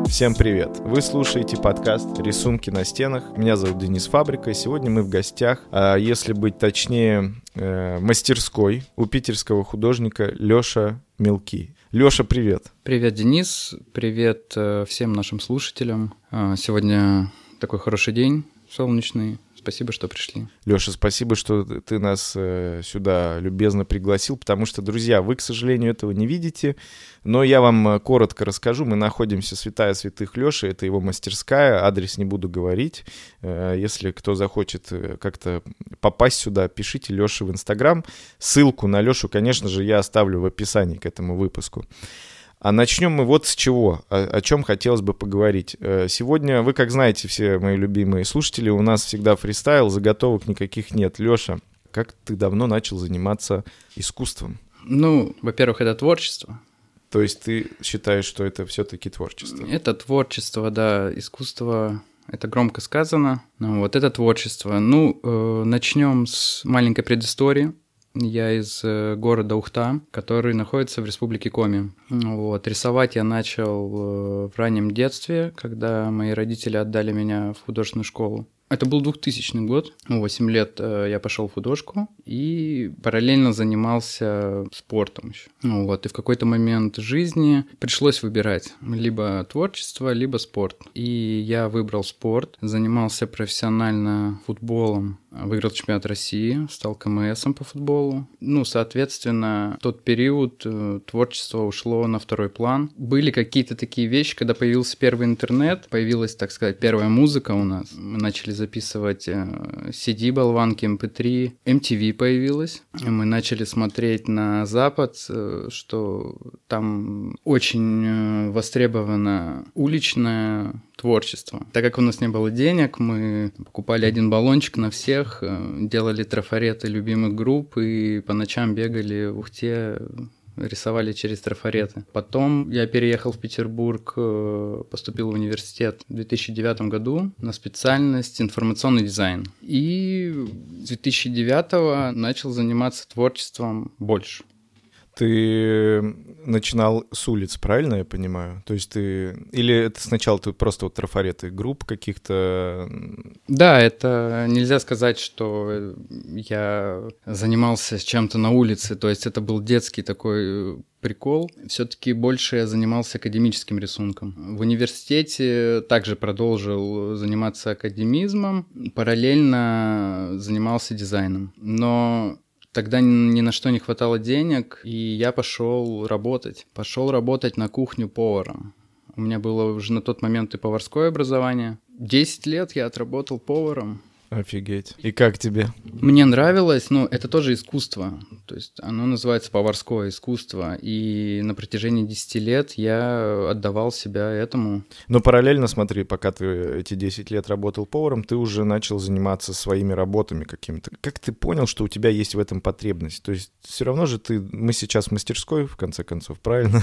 Всем привет! Вы слушаете подкаст «Рисунки на стенах». Меня зовут Денис Фабрика, и сегодня мы в гостях, если быть точнее, мастерской у питерского художника Лёша Мелки. Лёша, привет! Привет, Денис! Привет всем нашим слушателям! Сегодня такой хороший день, солнечный. Спасибо, что пришли. Лёша, спасибо, что ты нас сюда любезно пригласил, потому что, друзья, вы, к сожалению, этого не видите, но я вам коротко расскажу. Мы находимся святая святых Лёши, это его мастерская, адрес не буду говорить. Если кто захочет как-то попасть сюда, пишите Лёше в Инстаграм. Ссылку на Лёшу, конечно же, я оставлю в описании к этому выпуску. А начнем мы вот с чего, о чем хотелось бы поговорить. Сегодня, вы как знаете, все мои любимые слушатели, у нас всегда фристайл, заготовок никаких нет. Лёша, как ты давно начал заниматься искусством? Во-первых, это творчество. То есть ты считаешь, что это все-таки творчество? Это творчество, да, искусство, это громко сказано. Это творчество. Начнем с маленькой предыстории. Я из города Ухта, который находится в республике Коми. Рисовать я начал в раннем детстве, когда мои родители отдали меня в художественную школу. Это был 2000 год. 8 лет я пошел в художку и параллельно занимался спортом еще. И в какой-то момент жизни пришлось выбирать либо творчество, либо спорт. И я выбрал спорт, занимался профессионально футболом, выиграл чемпионат России, стал КМСом по футболу. Соответственно, в тот период творчество ушло на второй план. Были какие-то такие вещи, когда появился первый интернет, появилась, так сказать, первая музыка у нас. Мы начали записывать CD, болванки, MP3, MTV появилась. Мы начали смотреть на Запад, что там очень востребовано уличное творчество. Так как у нас не было денег, мы покупали один баллончик на всех, делали трафареты любимых групп и по ночам бегали в Ухте, рисовали через трафареты. Потом я переехал в Петербург, поступил в университет в 2009 году на специальность информационный дизайн. И с 2009 начал заниматься творчеством больше. Ты начинал с улиц, правильно я понимаю? То есть Или это сначала ты просто трафареты групп каких-то? Да, это нельзя сказать, что я занимался чем-то на улице. То есть это был детский такой прикол. Все-таки больше я занимался академическим рисунком. В университете также продолжил заниматься академизмом, параллельно занимался дизайном. Но тогда ни на что не хватало денег, и я пошел работать. Пошел работать на кухню поваром. У меня было уже на тот момент и поварское образование. 10 лет я отработал поваром. Офигеть. И как тебе? Мне нравилось, это тоже искусство. То есть оно называется поварское искусство. И на протяжении 10 лет я отдавал себя этому. Но параллельно, смотри, пока ты эти 10 лет работал поваром, ты уже начал заниматься своими работами какими-то. Как ты понял, что у тебя есть в этом потребность? То есть все равно же мы сейчас в мастерской, в конце концов, правильно?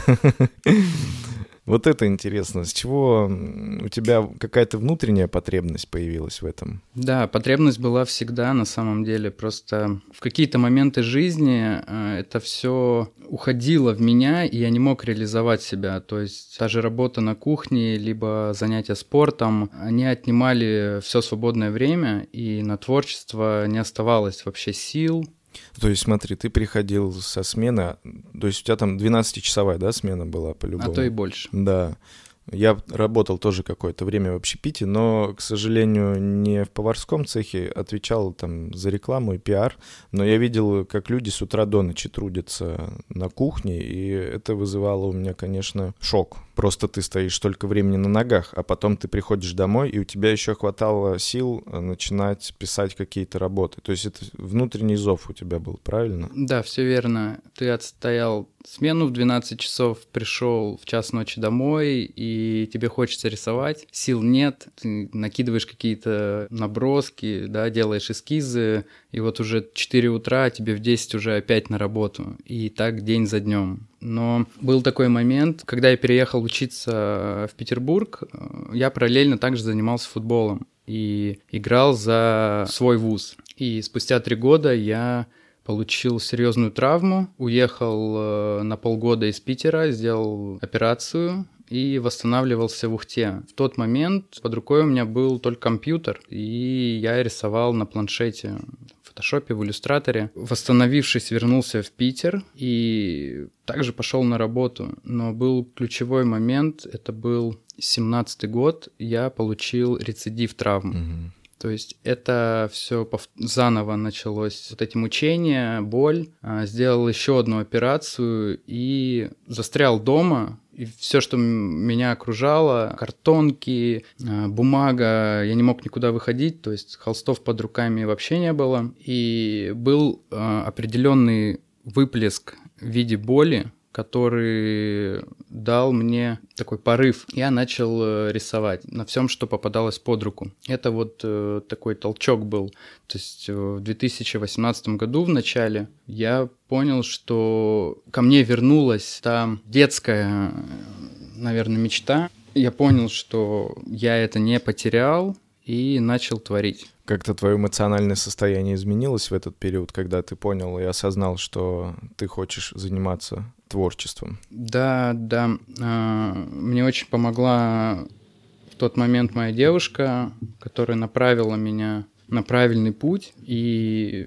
Вот это интересно. С чего у тебя какая-то внутренняя потребность появилась в этом? Да, потребность была всегда на самом деле. Просто в какие-то моменты жизни это все уходило в меня, и я не мог реализовать себя. То есть та же работа на кухне, либо занятия спортом, они отнимали все свободное время, и на творчество не оставалось вообще сил. То есть, смотри, ты приходил со смены, то есть у тебя там 12-часовая, да, смена была по-любому? А то и больше. Да. Я работал тоже какое-то время в общепите, но, к сожалению, не в поварском цехе, отвечал там за рекламу и пиар, но я видел, как люди с утра до ночи трудятся на кухне, и это вызывало у меня, конечно, шок. Просто ты стоишь столько времени на ногах, а потом ты приходишь домой, и у тебя еще хватало сил начинать писать какие-то работы. То есть это внутренний зов у тебя был, правильно? Да, все верно. Ты отстоял смену в 12 часов, пришел в час ночи домой, и тебе хочется рисовать, сил нет, ты накидываешь какие-то наброски, да, делаешь эскизы, и вот уже 4 утра, тебе в 10 уже опять на работу, и так день за днем. Но был такой момент, когда я переехал учиться в Петербург, я параллельно также занимался футболом и играл за свой вуз. И спустя 3 года я получил серьезную травму, уехал на полгода из Питера, сделал операцию и восстанавливался в Ухте. В тот момент под рукой у меня был только компьютер, и я рисовал на планшете в фотошопе, в иллюстраторе. Восстановившись, вернулся в Питер и также пошел на работу. Но был ключевой момент, это был 17-й год, я получил рецидив травм. То есть это все заново началось, вот эти мучения, боль. Сделал еще одну операцию и застрял дома. И все, что меня окружало, картонки, бумага, я не мог никуда выходить, то есть холстов под руками вообще не было. И был определенный выплеск в виде боли, который дал мне такой порыв. Я начал рисовать на всем, что попадалось под руку. Это вот такой толчок был. То есть в 2018 году в начале я понял, что ко мне вернулась та детская, наверное, мечта. Я понял, что я это не потерял и начал творить. Как-то твое эмоциональное состояние изменилось в этот период, когда ты понял и осознал, что ты хочешь заниматься творчеством? Да. Мне очень помогла в тот момент моя девушка, которая направила меня на правильный путь, и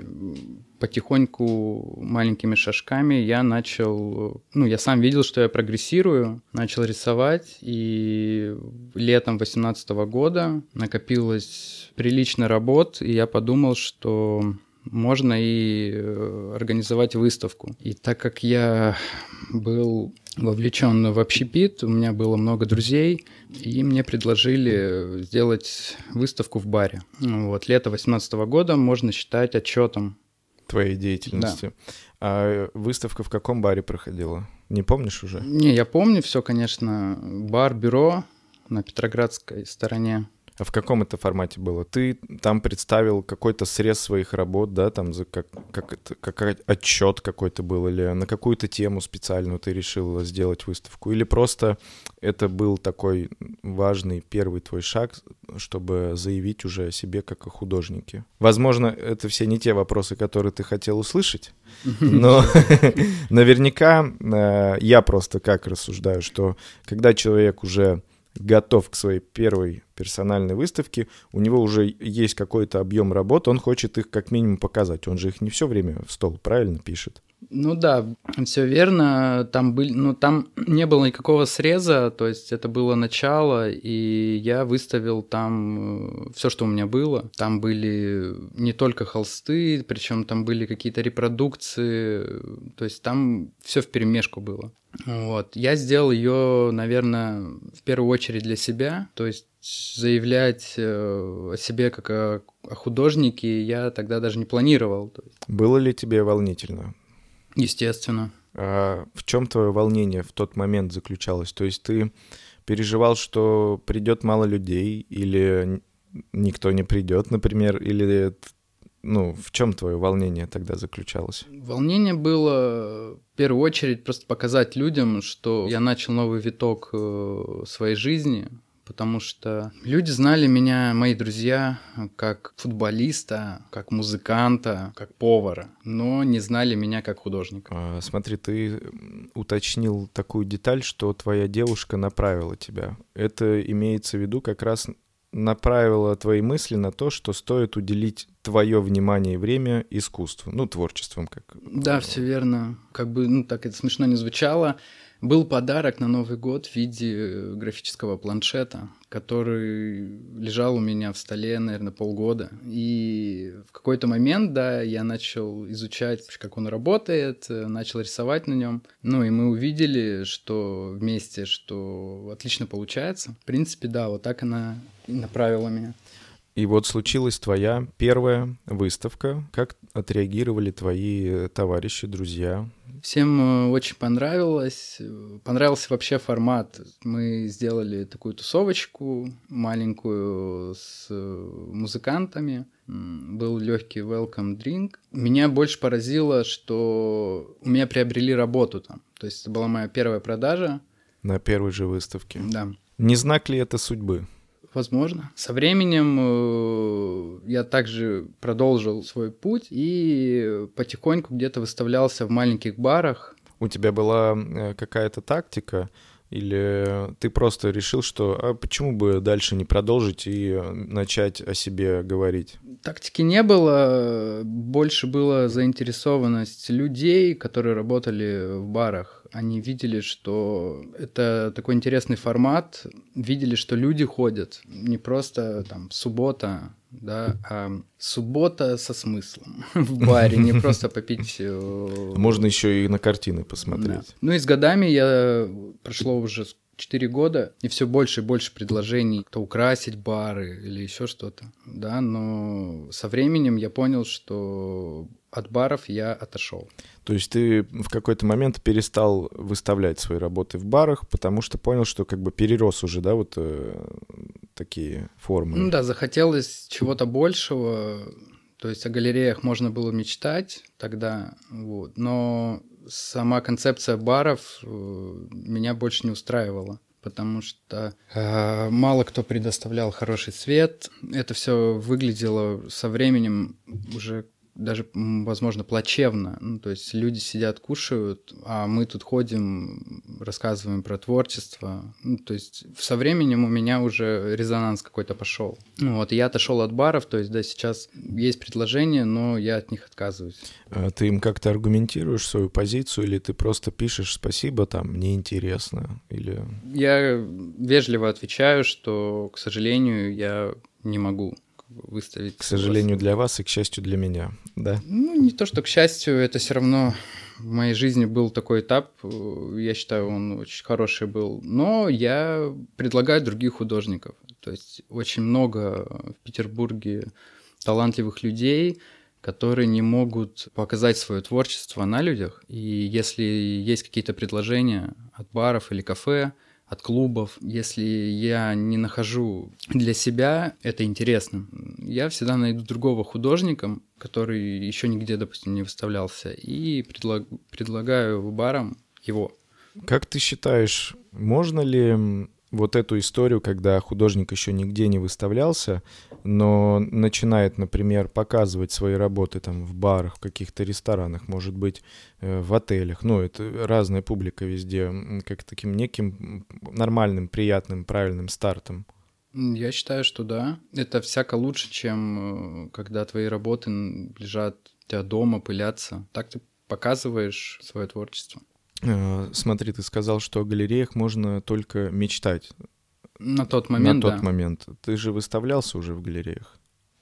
потихоньку, маленькими шажками я начал... я сам видел, что я прогрессирую, начал рисовать, и летом 2018 года накопилось прилично работ, и я подумал, что можно и организовать выставку. И так как я был вовлечен в общепит, у меня было много друзей, и мне предложили сделать выставку в баре. Вот, лето 2018 года можно считать отчетом твоей деятельности. Да. А выставка в каком баре проходила? Не помнишь уже? Не, я помню все, конечно. Бар-бюро на Петроградской стороне. А в каком это формате было? Ты там представил какой-то срез своих работ, да, там как отчет какой-то был, или на какую-то тему специальную ты решил сделать выставку? Или просто это был такой важный первый твой шаг, чтобы заявить уже о себе как о художнике? Возможно, это все не те вопросы, которые ты хотел услышать, но наверняка я просто как рассуждаю, что когда человек уже готов к своей первой персональной выставке, у него уже есть какой-то объем работ, он хочет их как минимум показать. Он же их не все время в стол правильно пишет. Ну да, все верно. Там не было никакого среза, то есть это было начало, и я выставил там все, что у меня было. Там были не только холсты, причем там были какие-то репродукции, то есть там все вперемешку было. Вот. Я сделал ее, наверное, в первую очередь для себя, то есть заявлять о себе как о художнике я тогда даже не планировал. Было ли тебе волнительно? Естественно. А в чем твое волнение в тот момент заключалось? То есть ты переживал, что придет мало людей, или никто не придет, например, или в чем твое волнение тогда заключалось? Волнение было в первую очередь просто показать людям, что я начал новый виток своей жизни, потому что люди знали меня, мои друзья, как футболиста, как музыканта, как повара, но не знали меня как художника. Смотри, ты уточнил такую деталь, что твоя девушка направила тебя. Это имеется в виду как раз направила твои мысли на то, что стоит уделить твое внимание и время искусству, творчеством. Да, все верно. Так это смешно не звучало. Был подарок на Новый год в виде графического планшета, который лежал у меня в столе, наверное, полгода. И в какой-то момент, я начал изучать, как он работает, начал рисовать на нем. И мы увидели, что вместе, что отлично получается. В принципе, вот так она и направила меня. И вот случилась твоя первая выставка. Как отреагировали твои товарищи, друзья? Всем очень понравилось. Понравился вообще формат. Мы сделали такую тусовочку маленькую с музыкантами. Был легкий welcome drink. Меня больше поразило, что у меня приобрели работу там. То есть это была моя первая продажа. На первой же выставке. Да. Не знак ли это судьбы? Возможно. Со временем я также продолжил свой путь и потихоньку где-то выставлялся в маленьких барах. У тебя была какая-то тактика, Или ты просто решил, что а почему бы дальше не продолжить и начать о себе говорить? Тактики не было, больше была заинтересованность людей, которые работали в барах. Они видели, что это такой интересный формат, видели, что люди ходят, не просто там суббота, да, а суббота со смыслом в баре, не просто попить. Можно еще и на картины посмотреть. Да. Ну и с годами прошло уже 4 года, и все больше и больше предложений, то украсить бары или еще что-то, да, но со временем я понял, что от баров я отошел. То есть ты в какой-то момент перестал выставлять свои работы в барах, потому что понял, что как бы перерос уже, да, вот такие формы. Ну да, захотелось чего-то большего, то есть о галереях можно было мечтать тогда, вот, но сама концепция баров меня больше не устраивала, потому что мало кто предоставлял хороший свет. Это все выглядело со временем уже даже, возможно, плачевно. Ну, то есть люди сидят, кушают, а мы тут ходим, рассказываем про творчество. Ну, то есть со временем у меня уже резонанс какой-то пошел. Ну, вот, и я отошел от баров, то есть, да, сейчас есть предложения, но я от них отказываюсь. А ты им как-то аргументируешь свою позицию, или ты просто пишешь «спасибо», там, «неинтересно», или... Я вежливо отвечаю, что, к сожалению, я не могу выставить. К сожалению, для вас и к счастью для меня, да? Ну, не то, что к счастью, это все равно в моей жизни был такой этап, я считаю, он очень хороший был, но я предлагаю других художников. То есть очень много в Петербурге талантливых людей, которые не могут показать свое творчество на людях. И если есть какие-то предложения от баров или кафе, от клубов, если я не нахожу для себя это интересным, я всегда найду другого художника, который еще нигде, допустим, не выставлялся, и предлагаю барам его. Как ты считаешь, можно ли вот эту историю, когда художник еще нигде не выставлялся, но начинает, например, показывать свои работы там в барах, в каких-то ресторанах, может быть, в отелях, ну, это разная публика везде, как таким неким нормальным, приятным, правильным стартом? Я считаю, что да. Это всяко лучше, чем когда твои работы лежат у тебя дома, пылятся. Так ты показываешь свое творчество. Смотри, ты сказал, что о галереях можно только мечтать. На тот момент, На тот момент. Ты же выставлялся уже в галереях?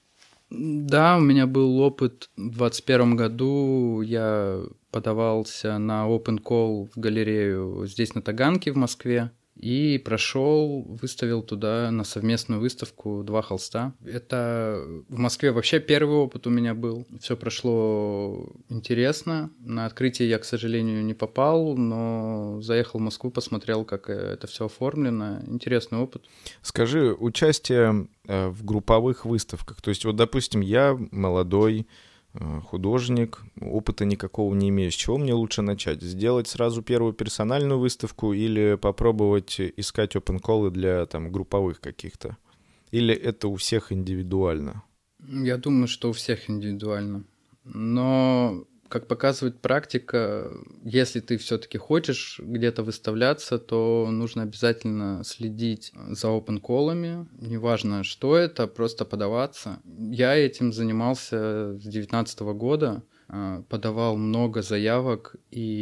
Да, у меня был опыт. В 2021 году я подавался на open call в галерею здесь, на Таганке, в Москве. И прошел, выставил туда на совместную выставку 2 холста. Это в Москве вообще первый опыт у меня был. Все прошло интересно. На открытие я, к сожалению, не попал, но заехал в Москву, посмотрел, как это все оформлено. Интересный опыт. Скажи, участие в групповых выставках, то есть вот, допустим, я молодой художник, опыта никакого не имею. С чего мне лучше начать? Сделать сразу первую персональную выставку или попробовать искать open-call'ы для там групповых каких-то? Или это у всех индивидуально? Я думаю, что у всех индивидуально. Но, как показывает практика, если ты все-таки хочешь где-то выставляться, то нужно обязательно следить за open-call'ами. Неважно, что это, просто подаваться. Я этим занимался с 2019 года. Подавал много заявок,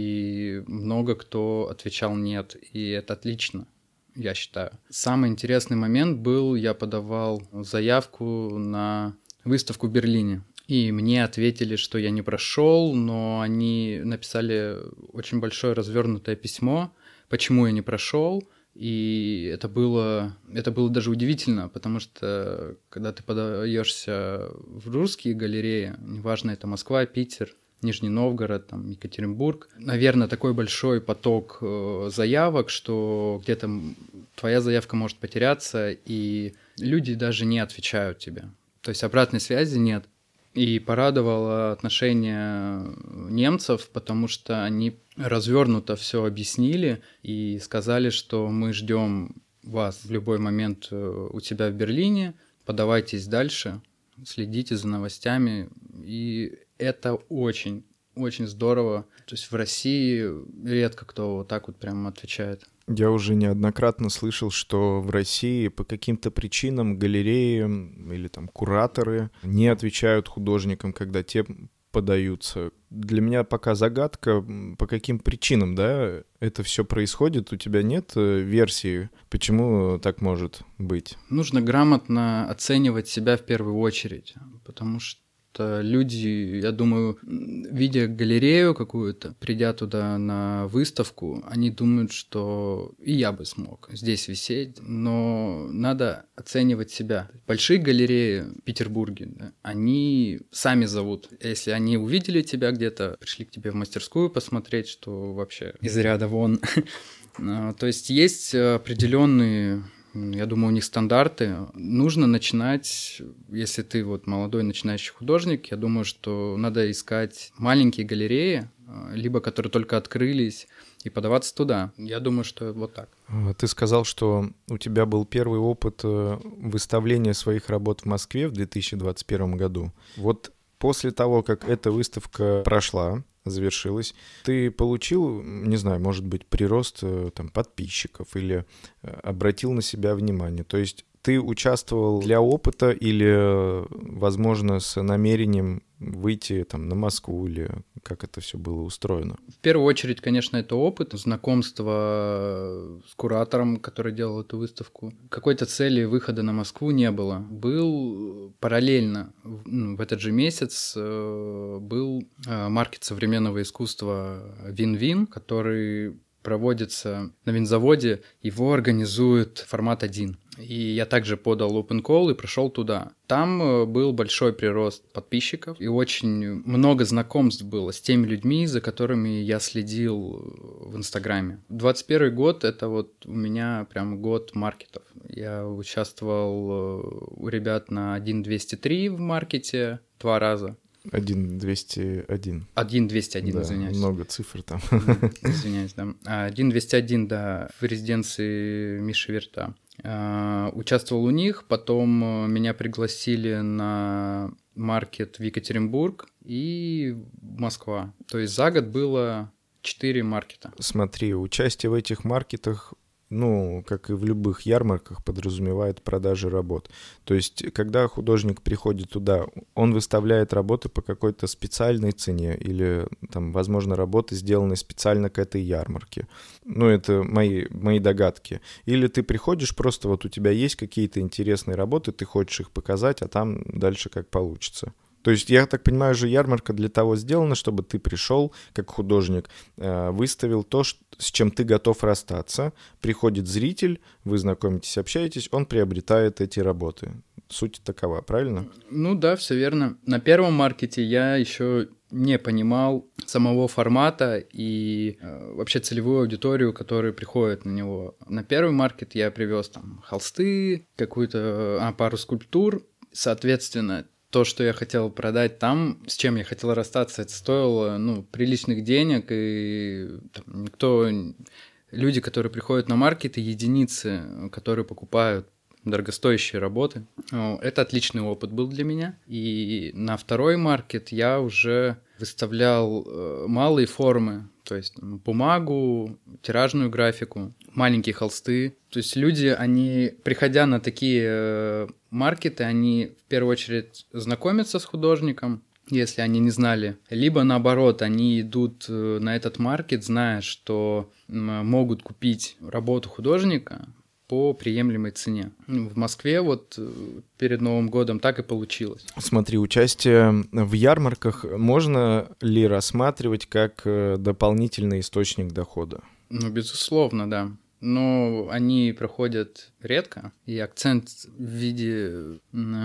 и много кто отвечал «нет». И это отлично, я считаю. Самый интересный момент был, я подавал заявку на выставку в Берлине. И мне ответили, что я не прошел, но они написали очень большое развернутое письмо, почему я не прошел. И это было даже удивительно, потому что когда ты подаешься в русские галереи, неважно, это Москва, Питер, Нижний Новгород, там, Екатеринбург, наверное, такой большой поток заявок, что где-то твоя заявка может потеряться, и люди даже не отвечают тебе. То есть обратной связи нет. И порадовало отношение немцев, потому что они развернуто все объяснили и сказали, что мы ждем вас в любой момент у себя в Берлине, подавайтесь дальше, следите за новостями. И это очень очень здорово. То есть в России редко кто вот так вот прям отвечает. Я уже неоднократно слышал, что в России по каким-то причинам галереи или там кураторы не отвечают художникам, когда те подаются. Для меня пока загадка, по каким причинам, да, это все происходит. У тебя нет версии, почему так может быть? Нужно грамотно оценивать себя в первую очередь, потому что люди, я думаю, видя галерею какую-то, придя туда на выставку, они думают, что и я бы смог здесь висеть, но надо оценивать себя. Большие галереи в Петербурге, да, они сами зовут. Если они увидели тебя где-то, пришли к тебе в мастерскую посмотреть, что вообще из ряда вон. То есть есть определенные... Я думаю, у них стандарты. Нужно начинать, если ты вот молодой начинающий художник, я думаю, что надо искать маленькие галереи, либо которые только открылись, и подаваться туда. Я думаю, что вот так. Ты сказал, что у тебя был первый опыт выставления своих работ в Москве в 2021 году. Вот после того, как эта выставка прошла, завершилась, ты получил, не знаю, может быть, прирост там, подписчиков или обратил на себя внимание? То есть ты участвовал для опыта или, возможно, с намерением выйти там, на Москву или как это все было устроено? В первую очередь, конечно, это опыт, знакомство с куратором, который делал эту выставку. Какой-то цели выхода на Москву не было. Был параллельно, в этот же месяц был маркет современного искусства «Вин-Вин», который проводится на винзаводе, его организует формат 1. И я также подал open call и прошел туда. Там был большой прирост подписчиков и очень много знакомств было с теми людьми, за которыми я следил в Инстаграме. 21 год — это вот у меня прям год маркетов. Я участвовал у ребят на 1.203 в маркете 2 раза. 1.201. 1.201, да, извиняюсь. Много цифр там. Извиняюсь, да. 1.201, да, в резиденции Миши Верта. Участвовал у них, потом меня пригласили на маркет в Екатеринбург и Москва. То есть за год было 4 маркета. Смотри, участие в этих маркетах, ну, как и в любых ярмарках, подразумевает продажи работ. То есть, когда художник приходит туда, он выставляет работы по какой-то специальной цене или, там, возможно, работы, сделанные специально к этой ярмарке. Ну, это мои догадки. Или ты приходишь, просто вот у тебя есть какие-то интересные работы, ты хочешь их показать, а там дальше как получится. То есть, я так понимаю, же ярмарка для того сделана, чтобы ты пришел, как художник, выставил то, с чем ты готов расстаться. Приходит зритель, вы знакомитесь, общаетесь, он приобретает эти работы. Суть такова, правильно? Ну да, все верно. На первом маркете я еще не понимал самого формата и вообще целевую аудиторию, которая приходит на него. На первый маркет я привез там холсты, какую-то пару скульптур, соответственно. То, что я хотел продать там, с чем я хотел расстаться, это стоило, приличных денег, и там, люди, которые приходят на маркеты, единицы, которые покупают дорогостоящие работы. Это отличный опыт был для меня. И на второй маркет я уже выставлял малые формы, то есть бумагу, тиражную графику, маленькие холсты. То есть люди, они, приходя на такие маркеты, они в первую очередь знакомятся с художником, если они не знали. Либо наоборот, они идут на этот маркет, зная, что могут купить работу художника по приемлемой цене. В Москве вот перед Новым годом так и получилось. Смотри, участие в ярмарках можно ли рассматривать как дополнительный источник дохода? Безусловно, да. Но они проходят редко, и акцент в виде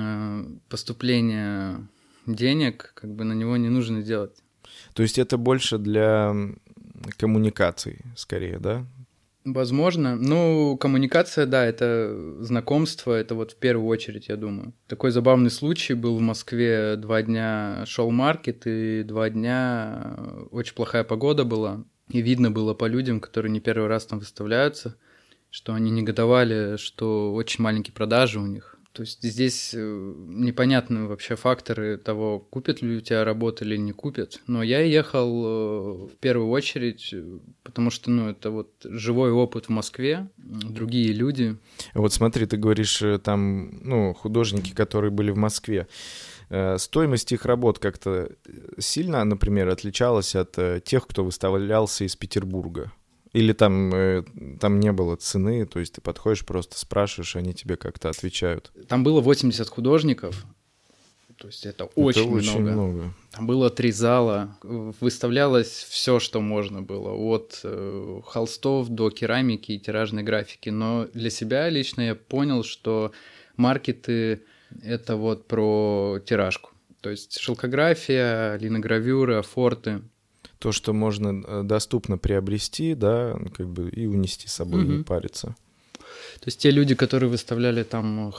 поступления денег, как бы на него не нужно делать. То есть это больше для коммуникаций, скорее, да? Возможно. Коммуникация, да, это знакомство, это вот в первую очередь, я думаю. Такой забавный случай был в Москве. 2 дня шел маркет, и 2 дня очень плохая погода была. И видно было по людям, которые не первый раз там выставляются, что они негодовали, что очень маленькие продажи у них. То есть здесь непонятны вообще факторы того, купят ли у тебя работу или не купят. Но я ехал в первую очередь, потому что, это вот живой опыт в Москве, другие люди. Вот смотри, ты говоришь, там, художники, которые были в Москве. Стоимость их работ как-то сильно, например, отличалась от тех, кто выставлялся из Петербурга? Или там не было цены, то есть ты подходишь, просто спрашиваешь, они тебе как-то отвечают? Там было 80 художников, то есть это очень много. Там было 3 зала, выставлялось все, что можно было, от холстов до керамики и тиражной графики. Но для себя лично я понял, что маркеты — это вот про тиражку. То есть шелкография, линогравюры, афорты. То, что можно доступно приобрести, да, как бы и унести с собой, не париться. То есть те люди, которые выставляли там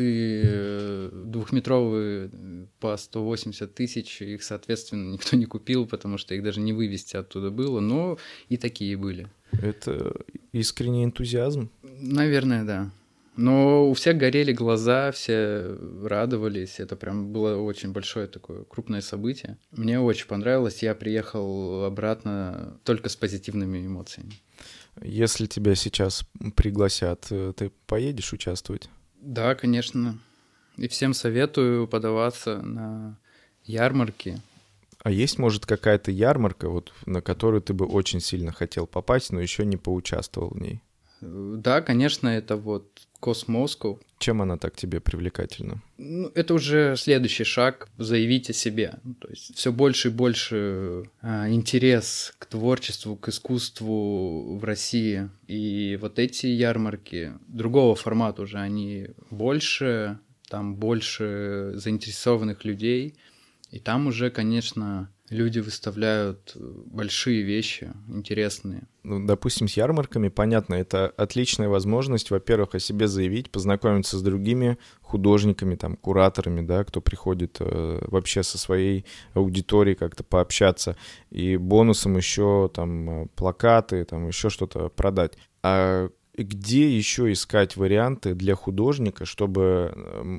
холсты двухметровые по 180 тысяч, их, соответственно, никто не купил, потому что их даже не вывезти оттуда было, но и такие были. Это искренний энтузиазм? Наверное, да. Но у всех горели глаза, все радовались. Это прям было очень большое такое крупное событие. Мне очень понравилось. Я приехал обратно только с позитивными эмоциями. Если тебя сейчас пригласят, ты поедешь участвовать? Да, конечно. И всем советую подаваться на ярмарки. А есть, может, какая-то ярмарка, вот, на которую ты бы очень сильно хотел попасть, но еще не поучаствовал в ней? Да, конечно, это вот Cosmoscow. Чем она так тебе привлекательна? Это уже следующий шаг — заявить о себе. То есть все больше и больше интерес к творчеству, к искусству в России. И вот эти ярмарки другого формата уже, они больше, там больше заинтересованных людей. И там уже, конечно, люди выставляют большие вещи, интересные. Допустим, с ярмарками, понятно, это отличная возможность, во-первых, о себе заявить, познакомиться с другими художниками, там, кураторами, да, кто приходит вообще со своей аудиторией как-то пообщаться. И бонусом еще там плакаты, там еще что-то продать. А где еще искать варианты для художника, чтобы,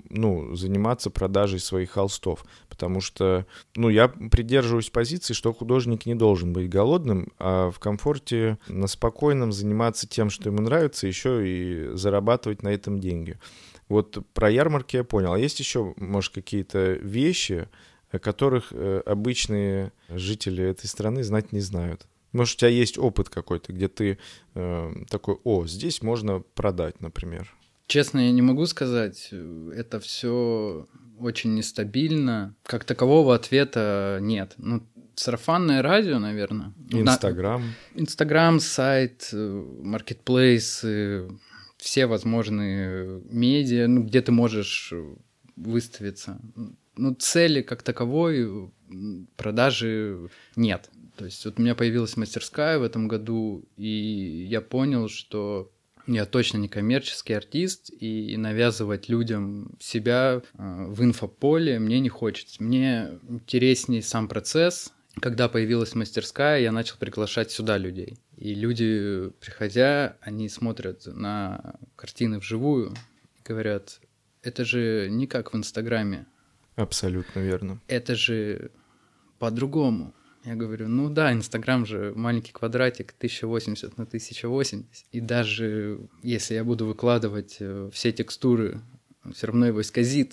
заниматься продажей своих холстов? Потому что, я придерживаюсь позиции, что художник не должен быть голодным, а в комфорте, на спокойном заниматься тем, что ему нравится, еще и зарабатывать на этом деньги. Вот про ярмарки я понял. А есть еще, может, какие-то вещи, о которых обычные жители этой страны знать не знают? Может, у тебя есть опыт какой-то, где ты такой, здесь можно продать, например? Честно, я не могу сказать. Это все очень нестабильно. Как такового ответа нет. Сарафанное радио, наверное. Инстаграм. Инстаграм, сайт, маркетплейсы, все возможные медиа, где ты можешь выставиться. Цели как таковой продажи нет. То есть вот у меня появилась мастерская в этом году, и я понял, что я точно не коммерческий артист, и навязывать людям себя в инфополе мне не хочется. Мне интересней сам процесс. Когда появилась мастерская, я начал приглашать сюда людей. И люди, приходя, они смотрят на картины вживую и говорят, это же не как в Инстаграме. Абсолютно верно. Это же по-другому. Я говорю, Инстаграм же маленький квадратик, 1080 на 1080. И даже если я буду выкладывать все текстуры, все равно его исказит.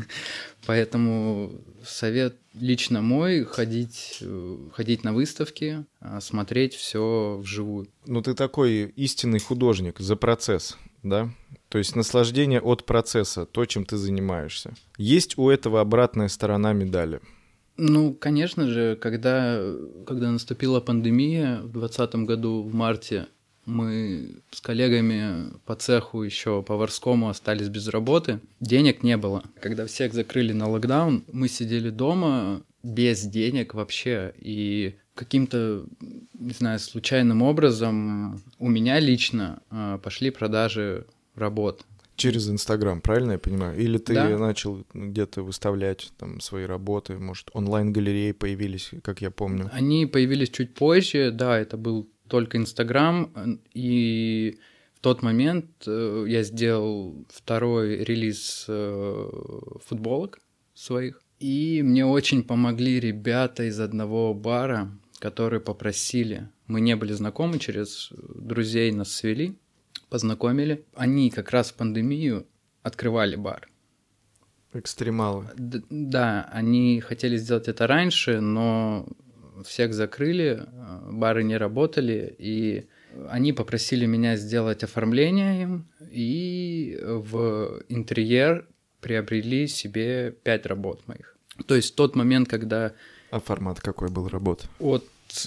Поэтому совет лично мой — ходить на выставки, смотреть все вживую. Ты такой истинный художник за процесс, да? То есть наслаждение от процесса, то, чем ты занимаешься. Есть у этого обратная сторона медали? Конечно же, когда наступила пандемия в 2020 году, в марте, мы с коллегами по цеху еще поварскому остались без работы. Денег не было. Когда всех закрыли на локдаун, мы сидели дома без денег вообще. И каким-то, не знаю, случайным образом у меня лично пошли продажи работ. Через Инстаграм, правильно я понимаю? Или ты начал где-то выставлять там свои работы, может, онлайн-галереи появились, как я помню? Они появились чуть позже, да, это был только Инстаграм, и в тот момент я сделал второй релиз футболок своих, и мне очень помогли ребята из одного бара, которые попросили. Мы не были знакомы, через друзей нас свели, познакомили. Они как раз в пандемию открывали бар. Экстремалы. Да, они хотели сделать это раньше, но всех закрыли, бары не работали, и они попросили меня сделать оформление им, и в интерьер приобрели себе 5 работ моих. То есть в тот момент, когда... А формат какой был работ? От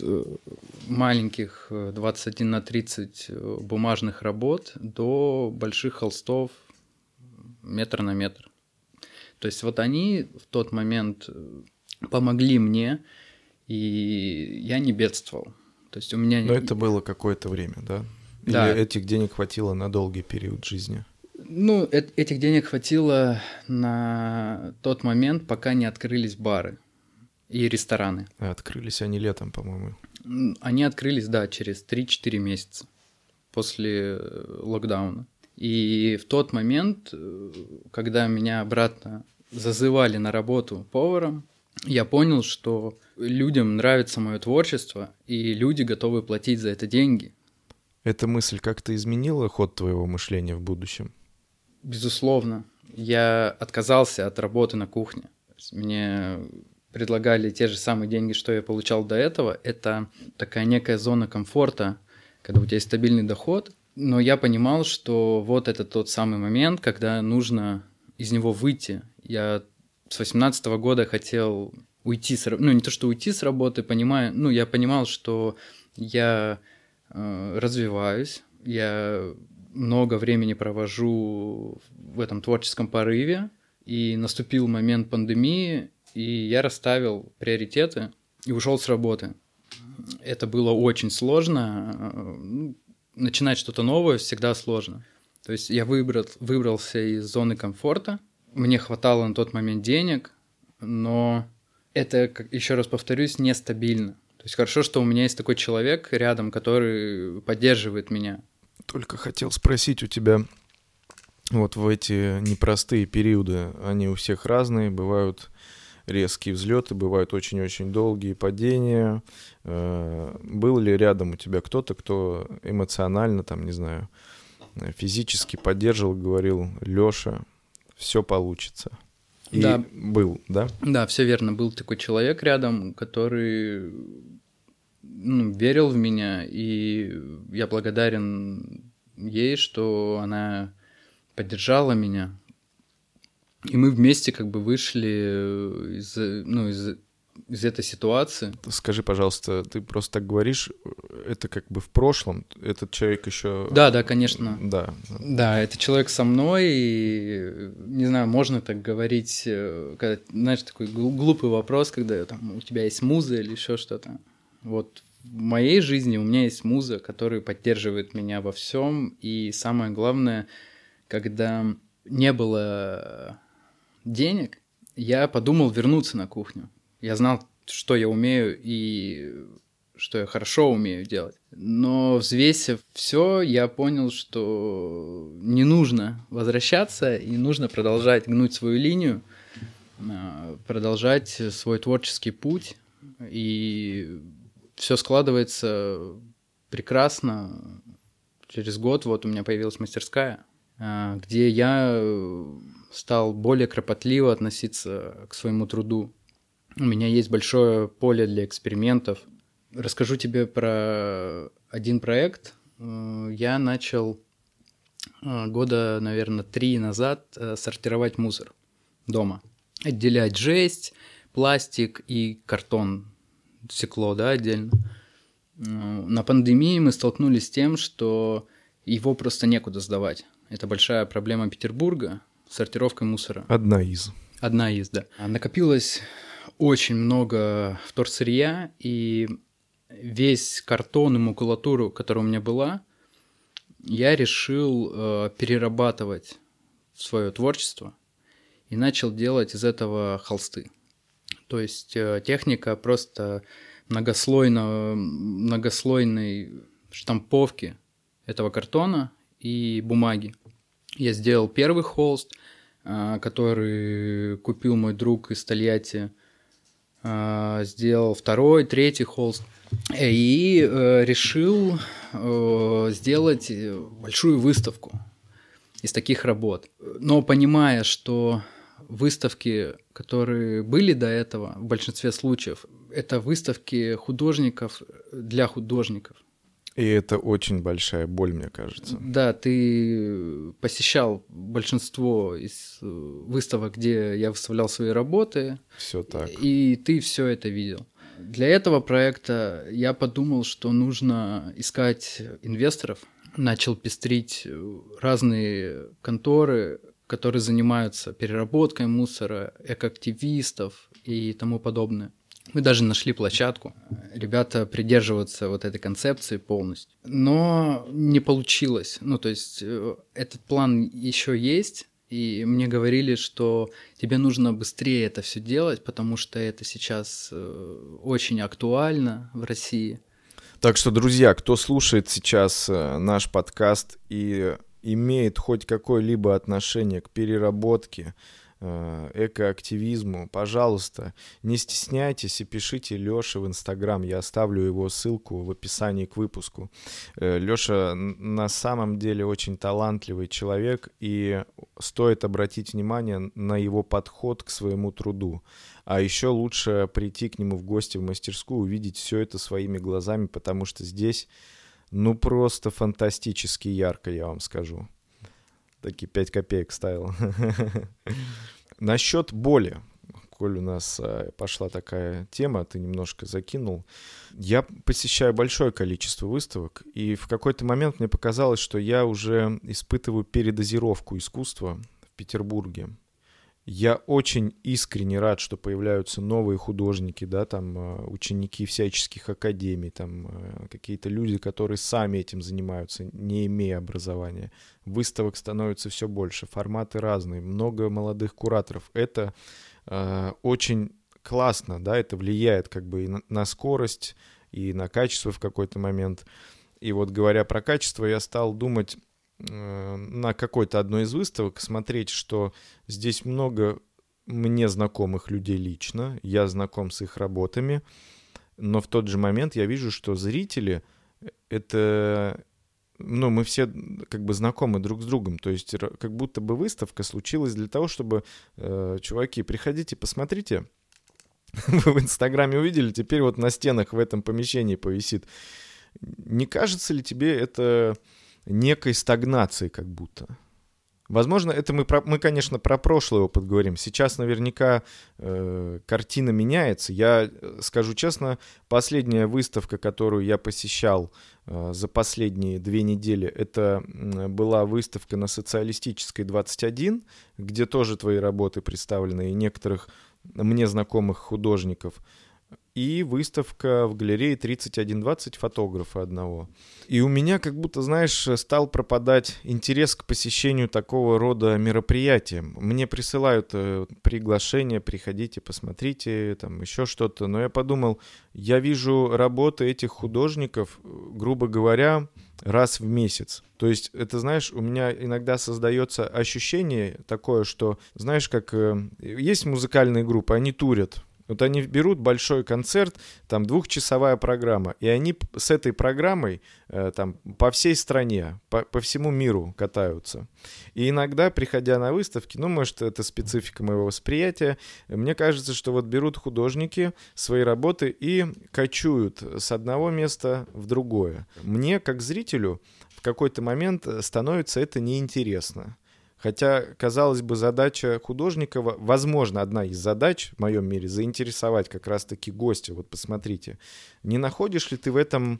маленьких 21 на 30 бумажных работ до больших холстов метр на метр. То есть вот они в тот момент помогли мне, и я не бедствовал. То есть у меня... Но это было какое-то время, да? Да. Или этих денег хватило на долгий период жизни? Ну, этих денег хватило на тот момент, пока не открылись бары и рестораны. А открылись они летом, по-моему. Они открылись, да, через 3-4 месяца после локдауна. И в тот момент, когда меня обратно зазывали на работу поваром, я понял, что людям нравится мое творчество, и люди готовы платить за это деньги. Эта мысль как-то изменила ход твоего мышления в будущем? Безусловно. Я отказался от работы на кухне. Мне предлагали те же самые деньги, что я получал до этого. Это такая некая зона комфорта, когда у тебя есть стабильный доход. Но я понимал, что вот это тот самый момент, когда нужно из него выйти. Я с 18 года хотел уйти с работы. Ну, не то, что уйти с работы, я понимал, что я развиваюсь, я много времени провожу в этом творческом порыве, и наступил момент пандемии, и я расставил приоритеты и ушел с работы. Это было очень сложно. Начинать что-то новое всегда сложно. То есть я выбрался из зоны комфорта, мне хватало на тот момент денег, но это, еще раз повторюсь, нестабильно. То есть хорошо, что у меня есть такой человек рядом, который поддерживает меня. Только хотел спросить у тебя, вот в эти непростые периоды, они у всех разные, бывают резкие взлеты, бывают очень-очень долгие падения. Был ли рядом у тебя кто-то, кто эмоционально, там, не знаю, физически поддерживал, говорил: Лёша, все получится? И да. Был, да? Да, все верно. Был такой человек рядом, который верил в меня, и я благодарен ей, что она поддержала меня. И мы вместе как бы вышли из этой ситуации. Скажи, пожалуйста, ты просто так говоришь, это как бы в прошлом, этот человек еще... Да, конечно. Да. Да, это человек со мной, и, не знаю, можно так говорить, когда, знаешь, такой глупый вопрос, когда там, у тебя есть муза или еще что-то. Вот в моей жизни у меня есть муза, которая поддерживает меня во всем, и самое главное, когда не было денег, я подумал вернуться на кухню. Я знал, что я умею и что я хорошо умею делать. Но взвесив все, я понял, что не нужно возвращаться, и нужно продолжать гнуть свою линию, продолжать свой творческий путь. И все складывается прекрасно. Через год вот у меня появилась мастерская, где я стал более кропотливо относиться к своему труду. У меня есть большое поле для экспериментов. Расскажу тебе про один проект. Я начал года, наверное, 3 назад сортировать мусор дома. Отделять жесть, пластик и картон, стекло, да, отдельно. На пандемии мы столкнулись с тем, что его просто некуда сдавать. Это большая проблема Петербурга, сортировка мусора. Одна из, да. Накопилось очень много вторсырья, и весь картон и макулатуру, которая у меня была, я решил перерабатывать в свое творчество и начал делать из этого холсты. То есть техника просто многослойной штамповки этого картона и бумаги. Я сделал первый холст, который купил мой друг из Тольятти, сделал второй, третий холст и решил сделать большую выставку из таких работ. Но понимая, что выставки, которые были до этого, в большинстве случаев, это выставки художников для художников. И это очень большая боль, мне кажется. Да, ты посещал большинство из выставок, где я выставлял свои работы. Все так. И ты все это видел. Для этого проекта я подумал, что нужно искать инвесторов. Начал пестрить разные конторы, которые занимаются переработкой мусора, экоактивистов и тому подобное. Мы даже нашли площадку. Ребята придерживаются вот этой концепции полностью. Но не получилось. Ну, то есть этот план еще есть, и мне говорили, что тебе нужно быстрее это все делать, потому что это сейчас очень актуально в России. Так что, друзья, кто слушает сейчас наш подкаст и имеет хоть какое-либо отношение к переработке, экоактивизму, пожалуйста, не стесняйтесь и пишите Лёше в Инстаграм. Я оставлю его ссылку в описании к выпуску. Лёша на самом деле очень талантливый человек, и стоит обратить внимание на его подход к своему труду. А еще лучше прийти к нему в гости в мастерскую, увидеть все это своими глазами, потому что здесь, ну, просто фантастически ярко, я вам скажу. Такие 5 копеек ставил. Насчет боли, коль у нас пошла такая тема, ты немножко закинул. Я посещаю большое количество выставок, и в какой-то момент мне показалось, что я уже испытываю передозировку искусства в Петербурге. Я очень искренне рад, что появляются новые художники, да, там ученики всяческих академий, там какие-то люди, которые сами этим занимаются, не имея образования. Выставок становится все больше, форматы разные, много молодых кураторов. Это очень классно, да, это влияет как бы и на скорость, и на качество в какой-то момент. И вот говоря про качество, я стал думать на какой-то одной из выставок, смотреть, что здесь много мне знакомых людей лично, я знаком с их работами, но в тот же момент я вижу, что зрители — это, ну, мы все как бы знакомы друг с другом, то есть как будто бы выставка случилась для того, чтобы, чуваки, приходите, посмотрите, вы в Инстаграме увидели, теперь вот на стенах в этом помещении повисит. Не кажется ли тебе это некой стагнации как будто? Возможно, это мы, конечно, про прошлый опыт говорим. Сейчас наверняка картина меняется. Я скажу честно, последняя выставка, которую я посещал за последние 2 недели, это была выставка на Социалистической 21, где тоже твои работы представлены, и некоторых мне знакомых художников. И выставка в галерее 3120 фотографа одного. И у меня как будто, знаешь, стал пропадать интерес к посещению такого рода мероприятий. Мне присылают приглашения, приходите, посмотрите, там еще что-то. Но я подумал, я вижу работы этих художников, грубо говоря, раз в месяц. То есть, это, знаешь, у меня иногда создается ощущение такое, что, знаешь, как есть музыкальные группы, они турят. Вот они берут большой концерт, там 2-часовая программа, и они с этой программой там по всей стране, по всему миру катаются. И иногда, приходя на выставки, ну, может, это специфика моего восприятия, мне кажется, что вот берут художники свои работы и кочуют с одного места в другое. Мне, как зрителю, в какой-то момент становится это неинтересно. Хотя, казалось бы, задача художника, возможно, одна из задач в моем мире — заинтересовать как раз-таки гостя. Вот посмотрите, не находишь ли ты в этом,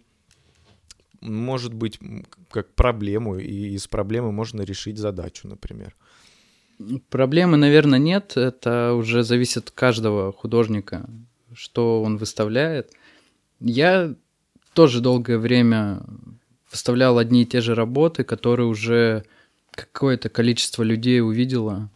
может быть, как проблему, и из проблемы можно решить задачу, например? Проблемы, наверное, нет. Это уже зависит от каждого художника, что он выставляет. Я тоже долгое время выставлял одни и те же работы, которые уже какое-то количество людей увидело.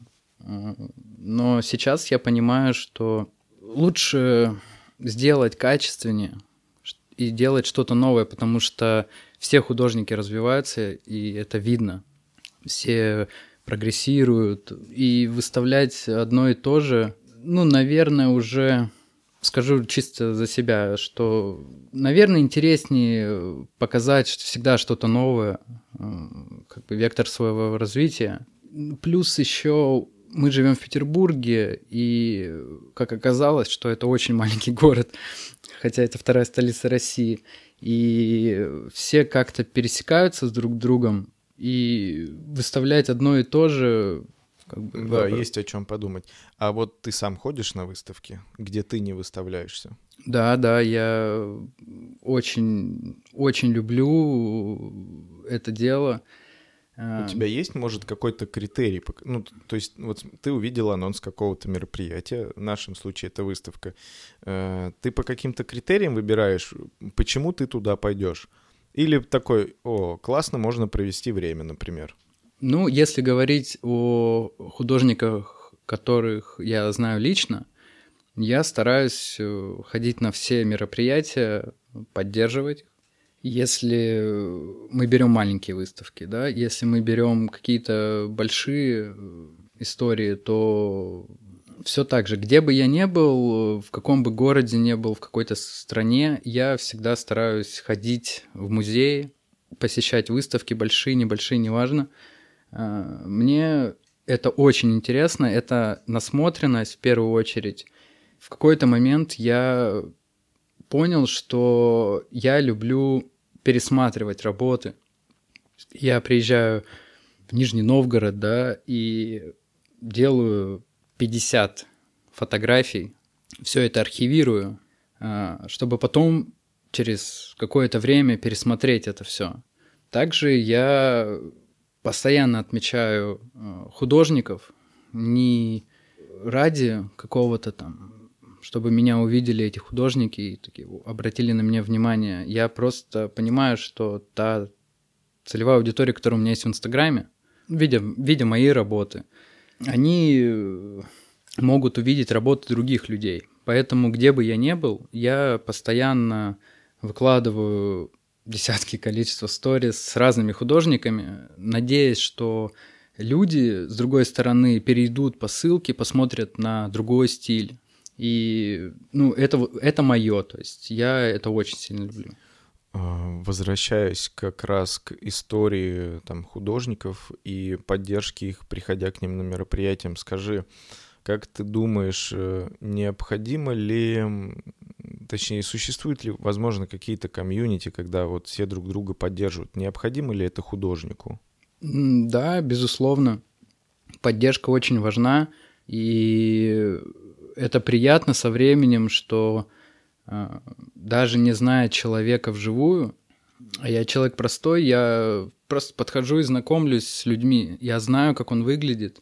Но сейчас я понимаю, что лучше сделать качественнее и делать что-то новое, потому что все художники развиваются, и это видно. Все прогрессируют, и выставлять одно и то же, ну, наверное, уже... Скажу чисто за себя, что, наверное, интереснее показать всегда что-то новое, как бы вектор своего развития. Плюс еще мы живем в Петербурге, и, как оказалось, что это очень маленький город, хотя это вторая столица России, и все как-то пересекаются с друг другом, и выставлять одно и то же... Как бы, да, есть о чем подумать. А вот ты сам ходишь на выставки, где ты не выставляешься? Да, я очень, очень люблю это дело. У тебя есть, может, какой-то критерий? Ну, то есть, вот ты увидел анонс какого-то мероприятия, в нашем случае это выставка. Ты по каким-то критериям выбираешь, почему ты туда пойдешь? Или такой, классно, можно провести время, например? Ну, если говорить о художниках, которых я знаю лично, я стараюсь ходить на все мероприятия, поддерживать. Если мы берем маленькие выставки, да, если мы берем какие-то большие истории, то все так же. Где бы я ни был, в каком бы городе ни был, в какой-то стране, я всегда стараюсь ходить в музеи, посещать выставки, большие, небольшие, неважно. Мне это очень интересно, это насмотренность в первую очередь. В какой-то момент я понял, что я люблю пересматривать работы. Я приезжаю в Нижний Новгород, да, и делаю 50 фотографий, все это архивирую, чтобы потом через какое-то время пересмотреть это все. Также я постоянно отмечаю художников не ради какого-то там, чтобы меня увидели эти художники и такие, обратили на меня внимание. Я просто понимаю, что та целевая аудитория, которая у меня есть в Инстаграме, видя мои работы, они могут увидеть работы других людей. Поэтому где бы я ни был, я постоянно выкладываю десятки количества сториз с разными художниками, надеясь, что люди, с другой стороны, перейдут по ссылке, посмотрят на другой стиль. И, ну, это мое, то есть я это очень сильно люблю. Возвращаясь как раз к истории там, художников и поддержке их, приходя к ним на мероприятия, скажи, как ты думаешь, необходимо ли, точнее, существуют ли, возможно, какие-то комьюнити, когда вот все друг друга поддерживают? Необходимо ли это художнику? Да, безусловно. Поддержка очень важна, и это приятно со временем, что даже не зная человека вживую, а я человек простой, я просто подхожу и знакомлюсь с людьми, я знаю, как он выглядит,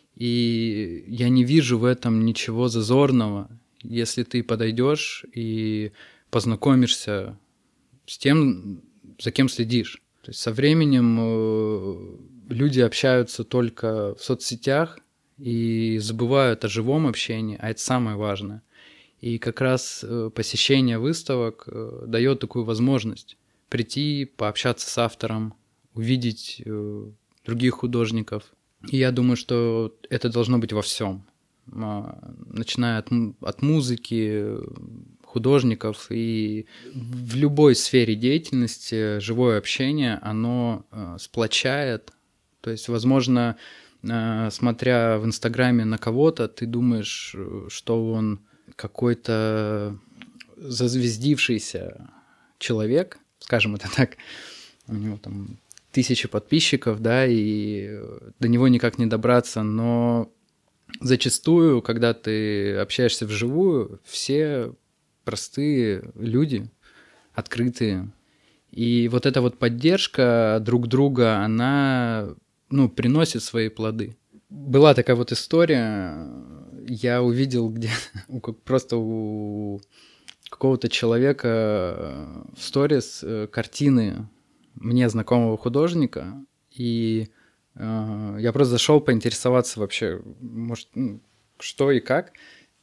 и я не вижу в этом ничего зазорного, если ты подойдешь и познакомишься с тем, за кем следишь. То есть со временем люди общаются только в соцсетях и забывают о живом общении, а это самое важное. И как раз посещение выставок дает такую возможность прийти, пообщаться с автором, увидеть других художников. И я думаю, что это должно быть во всем, начиная от музыки, художников, и в любой сфере деятельности живое общение, оно сплочает. То есть, возможно, смотря в Инстаграме на кого-то, ты думаешь, что он какой-то зазвездившийся человек, скажем это так, у него там 1000 подписчиков, да, и до него никак не добраться, но зачастую, когда ты общаешься вживую, все простые люди, открытые, и вот эта вот поддержка друг друга, она, ну, приносит свои плоды. Была такая вот история, я увидел просто у какого-то человека в сторис картины мне знакомого художника, и я просто зашел поинтересоваться вообще, может, что и как,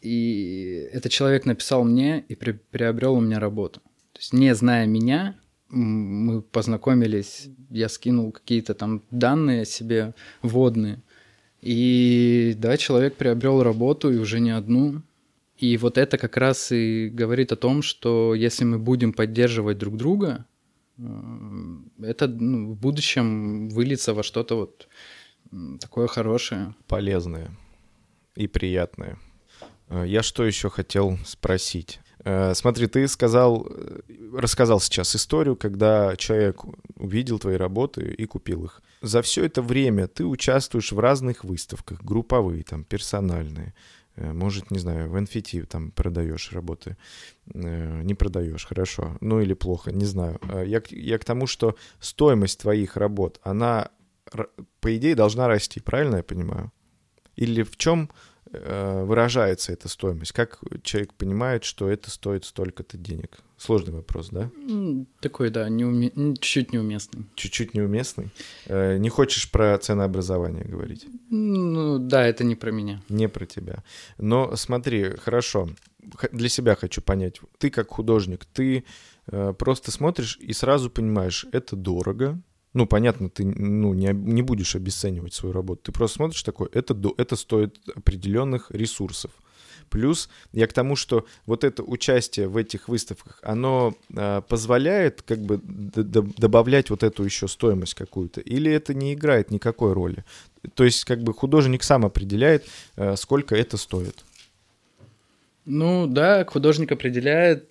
и этот человек написал мне и приобрел у меня работу. То есть, не зная меня, мы познакомились, я скинул какие-то там данные о себе вводные, и да, человек приобрел работу, и уже не одну. И вот это как раз и говорит о том, что если мы будем поддерживать друг друга, это в будущем выльется во что-то вот такое хорошее. Полезное и приятное. Я что еще хотел спросить? Смотри, ты рассказал сейчас историю, когда человек увидел твои работы и купил их. За все это время ты участвуешь в разных выставках, групповые, там, персональные. Может, не знаю, в NFT там продаешь работы. Не продаешь, хорошо. Ну или плохо, не знаю. Я к тому, что стоимость твоих работ, она, по идее, должна расти, правильно я понимаю? Или в чем выражается эта стоимость? Как человек понимает, что это стоит столько-то денег? Сложный вопрос, да? Такой, да, чуть-чуть неуместный. Чуть-чуть неуместный? Не хочешь про ценообразование говорить? Ну, да, это не про меня. Не про тебя. Но смотри, хорошо, для себя хочу понять. Ты как художник, ты просто смотришь и сразу понимаешь, это дорого. Ну, понятно, ты не будешь обесценивать свою работу. Ты просто смотришь такой, это стоит определенных ресурсов. Плюс я к тому, что вот это участие в этих выставках, оно позволяет как бы добавлять вот эту еще стоимость какую-то, или это не играет никакой роли? То есть как бы художник сам определяет, сколько это стоит. Ну да, художник определяет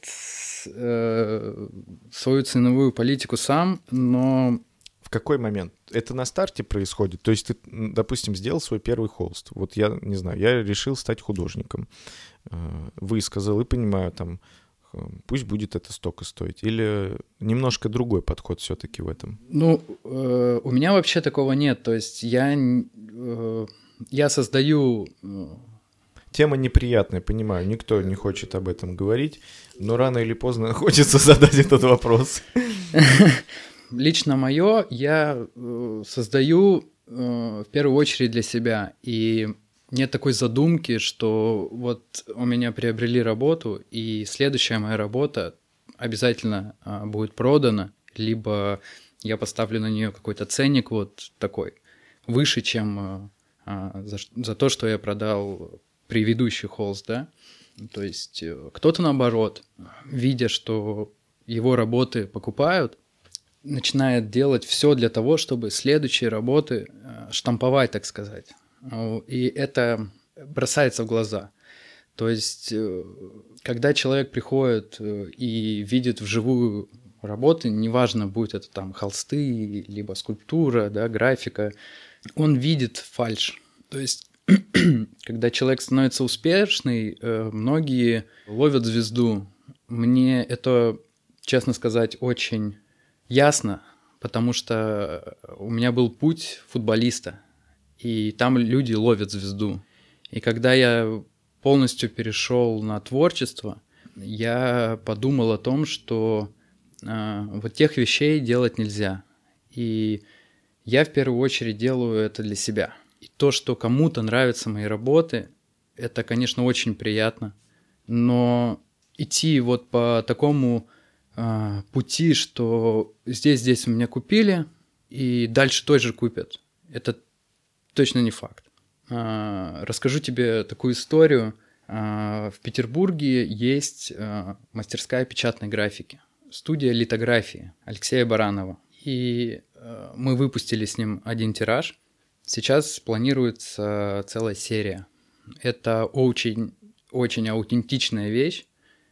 свою ценовую политику сам, но... В какой момент? Это на старте происходит? То есть ты, допустим, сделал свой первый холст. Вот я, не знаю, я решил стать художником. Высказал и понимаю, там, пусть будет это столько стоить. Или немножко другой подход все-таки в этом? Ну, у меня вообще такого нет. То есть я создаю... Тема неприятная, понимаю, никто не хочет об этом говорить, но рано или поздно хочется задать этот вопрос. Лично мое я создаю в первую очередь для себя. И нет такой задумки, что вот у меня приобрели работу, и следующая моя работа обязательно будет продана, либо я поставлю на нее какой-то ценник вот такой, выше, чем за то, что я продал предыдущий холст, да. То есть кто-то, наоборот, видя, что его работы покупают, начинает делать все для того, чтобы следующие работы штамповать, так сказать. И это бросается в глаза. То есть, когда человек приходит и видит вживую работы, неважно, будет это там холсты, либо скульптура, да, графика, он видит фальшь. То есть, когда человек становится успешный, многие ловят звезду. Мне это, честно сказать, очень ясно, потому что у меня был путь футболиста, и там люди ловят звезду. И когда я полностью перешел на творчество, я подумал о том, что вот тех вещей делать нельзя. И я в первую очередь делаю это для себя. И то, что кому-то нравятся мои работы, это, конечно, очень приятно. Но идти вот по такому пути, что здесь у меня купили, и дальше тоже купят, это точно не факт. Расскажу тебе такую историю. В Петербурге есть мастерская печатной графики, студия литографии Алексея Баранова. И мы выпустили с ним один тираж. Сейчас планируется целая серия. Это очень, очень аутентичная вещь.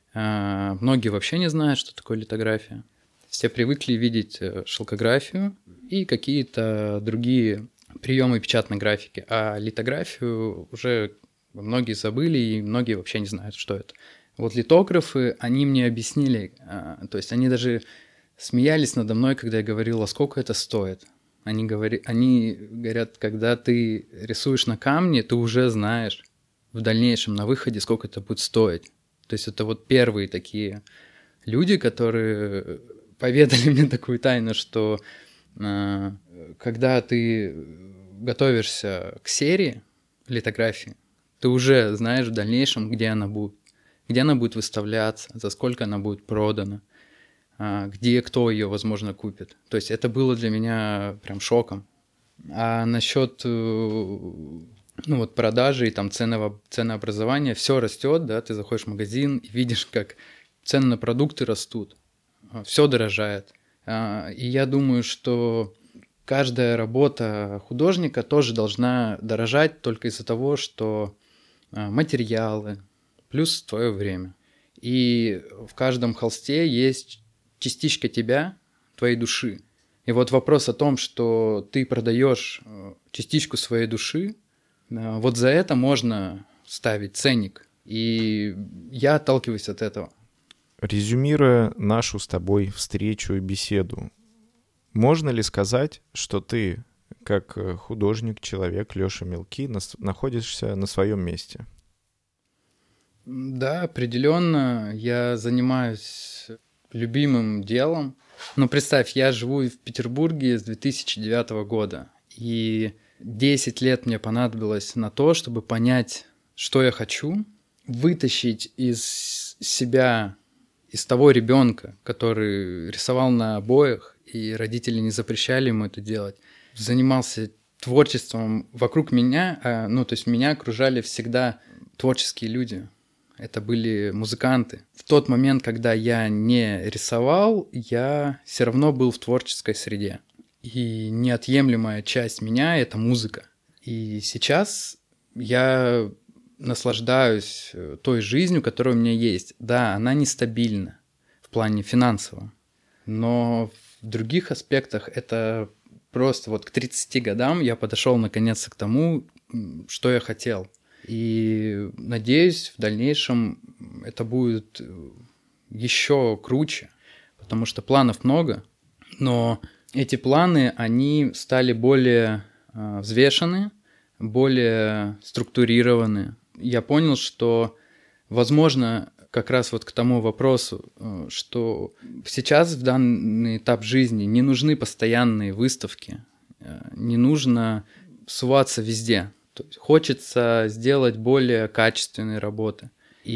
Многие вообще не знают, что такое литография. Все привыкли видеть шелкографию и какие-то другие приемы печатной графики. А литографию уже многие забыли, и многие вообще не знают, что это. Вот литографы, они мне объяснили, то есть они даже смеялись надо мной, когда я говорил, а сколько это стоит. Они говорят, когда ты рисуешь на камне, ты уже знаешь в дальнейшем на выходе, сколько это будет стоить. То есть это вот первые такие люди, которые поведали мне такую тайну, что когда ты готовишься к серии литографии, ты уже знаешь в дальнейшем, где она будет выставляться, за сколько она будет продана. где кто ее, возможно, купит. То есть это было для меня прям шоком. А насчет продажи и там ценообразования, все растет, да, ты заходишь в магазин и видишь, как цены на продукты растут, все дорожает. И я думаю, что каждая работа художника тоже должна дорожать только из-за того, что материалы плюс твое время. И в каждом холсте есть частичка тебя, твоей души. И вот вопрос о том, что ты продаешь частичку своей души, вот за это можно ставить ценник. И я отталкиваюсь от этого. Резюмируя нашу с тобой встречу и беседу, можно ли сказать, что ты, как художник, человек Лёша Мелки, находишься на своем месте? Да, определенно. Я занимаюсь любимым делом. Но представь, я живу в Петербурге с 2009 года. И 10 лет мне понадобилось на то, чтобы понять, что я хочу, вытащить из себя, из того ребенка, который рисовал на обоях, и родители не запрещали ему это делать, занимался творчеством вокруг меня, то есть меня окружали всегда творческие люди. Это были музыканты. В тот момент, когда я не рисовал, я все равно был в творческой среде. И неотъемлемая часть меня — это музыка. И сейчас я наслаждаюсь той жизнью, которая у меня есть. Да, она нестабильна в плане финансового, но в других аспектах это просто вот к 30 годам я подошел наконец-то к тому, что я хотел. И надеюсь, в дальнейшем это будет еще круче, потому что планов много, но эти планы, они стали более взвешены, более структурированы. Я понял, что, возможно, как раз вот к тому вопросу, что сейчас в данный этап жизни не нужны постоянные выставки, не нужно суваться везде. То есть хочется сделать более качественные работы.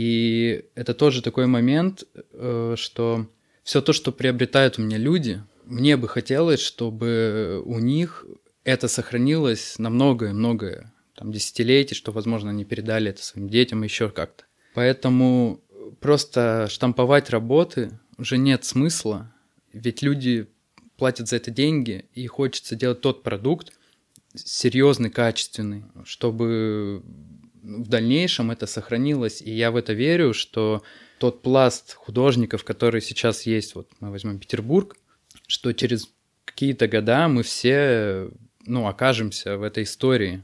И это тоже такой момент, что все то, что приобретают у меня люди, мне бы хотелось, чтобы у них это сохранилось на многое-многое десятилетий, что, возможно, они передали это своим детям еще как-то. Поэтому просто штамповать работы уже нет смысла, ведь люди платят за это деньги, и хочется делать тот продукт, серьезный, качественный, чтобы в дальнейшем это сохранилось. И я в это верю, что тот пласт художников, который сейчас есть, вот мы возьмем Петербург, что через какие-то года мы все окажемся в этой истории.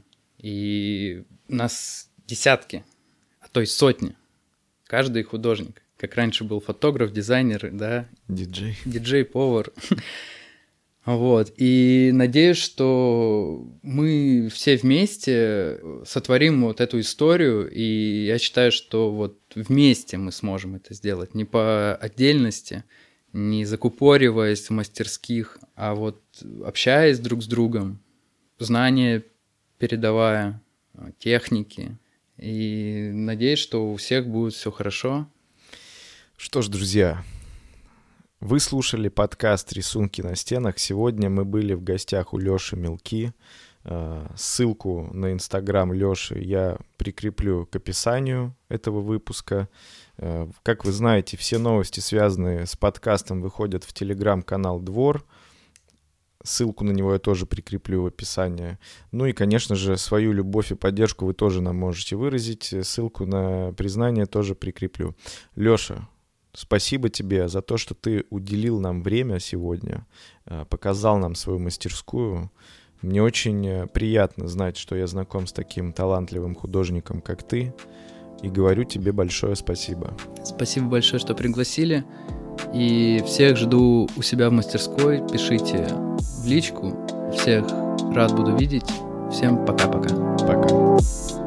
И нас десятки, а то и сотни. Каждый художник. Как раньше был фотограф, дизайнер, да? Диджей, повар. Вот. И надеюсь, что мы все вместе сотворим вот эту историю, и я считаю, что вот вместе мы сможем это сделать, не по отдельности, не закупориваясь в мастерских, а вот общаясь друг с другом, знания передавая, техники. И надеюсь, что у всех будет все хорошо. Что ж, друзья, вы слушали подкаст «Рисунки на стенах». Сегодня мы были в гостях у Лёши Мелки. Ссылку на Инстаграм Лёши я прикреплю к описанию этого выпуска. Как вы знаете, все новости, связанные с подкастом, выходят в Телеграм-канал «Двор». Ссылку на него я тоже прикреплю в описании. Ну и, конечно же, свою любовь и поддержку вы тоже нам можете выразить. Ссылку на признание тоже прикреплю. Лёша, спасибо тебе за то, что ты уделил нам время сегодня, показал нам свою мастерскую. Мне очень приятно знать, что я знаком с таким талантливым художником, как ты. И говорю тебе большое спасибо. Спасибо большое, что пригласили. И всех жду у себя в мастерской. Пишите в личку. Всех рад буду видеть. Всем пока-пока. Пока.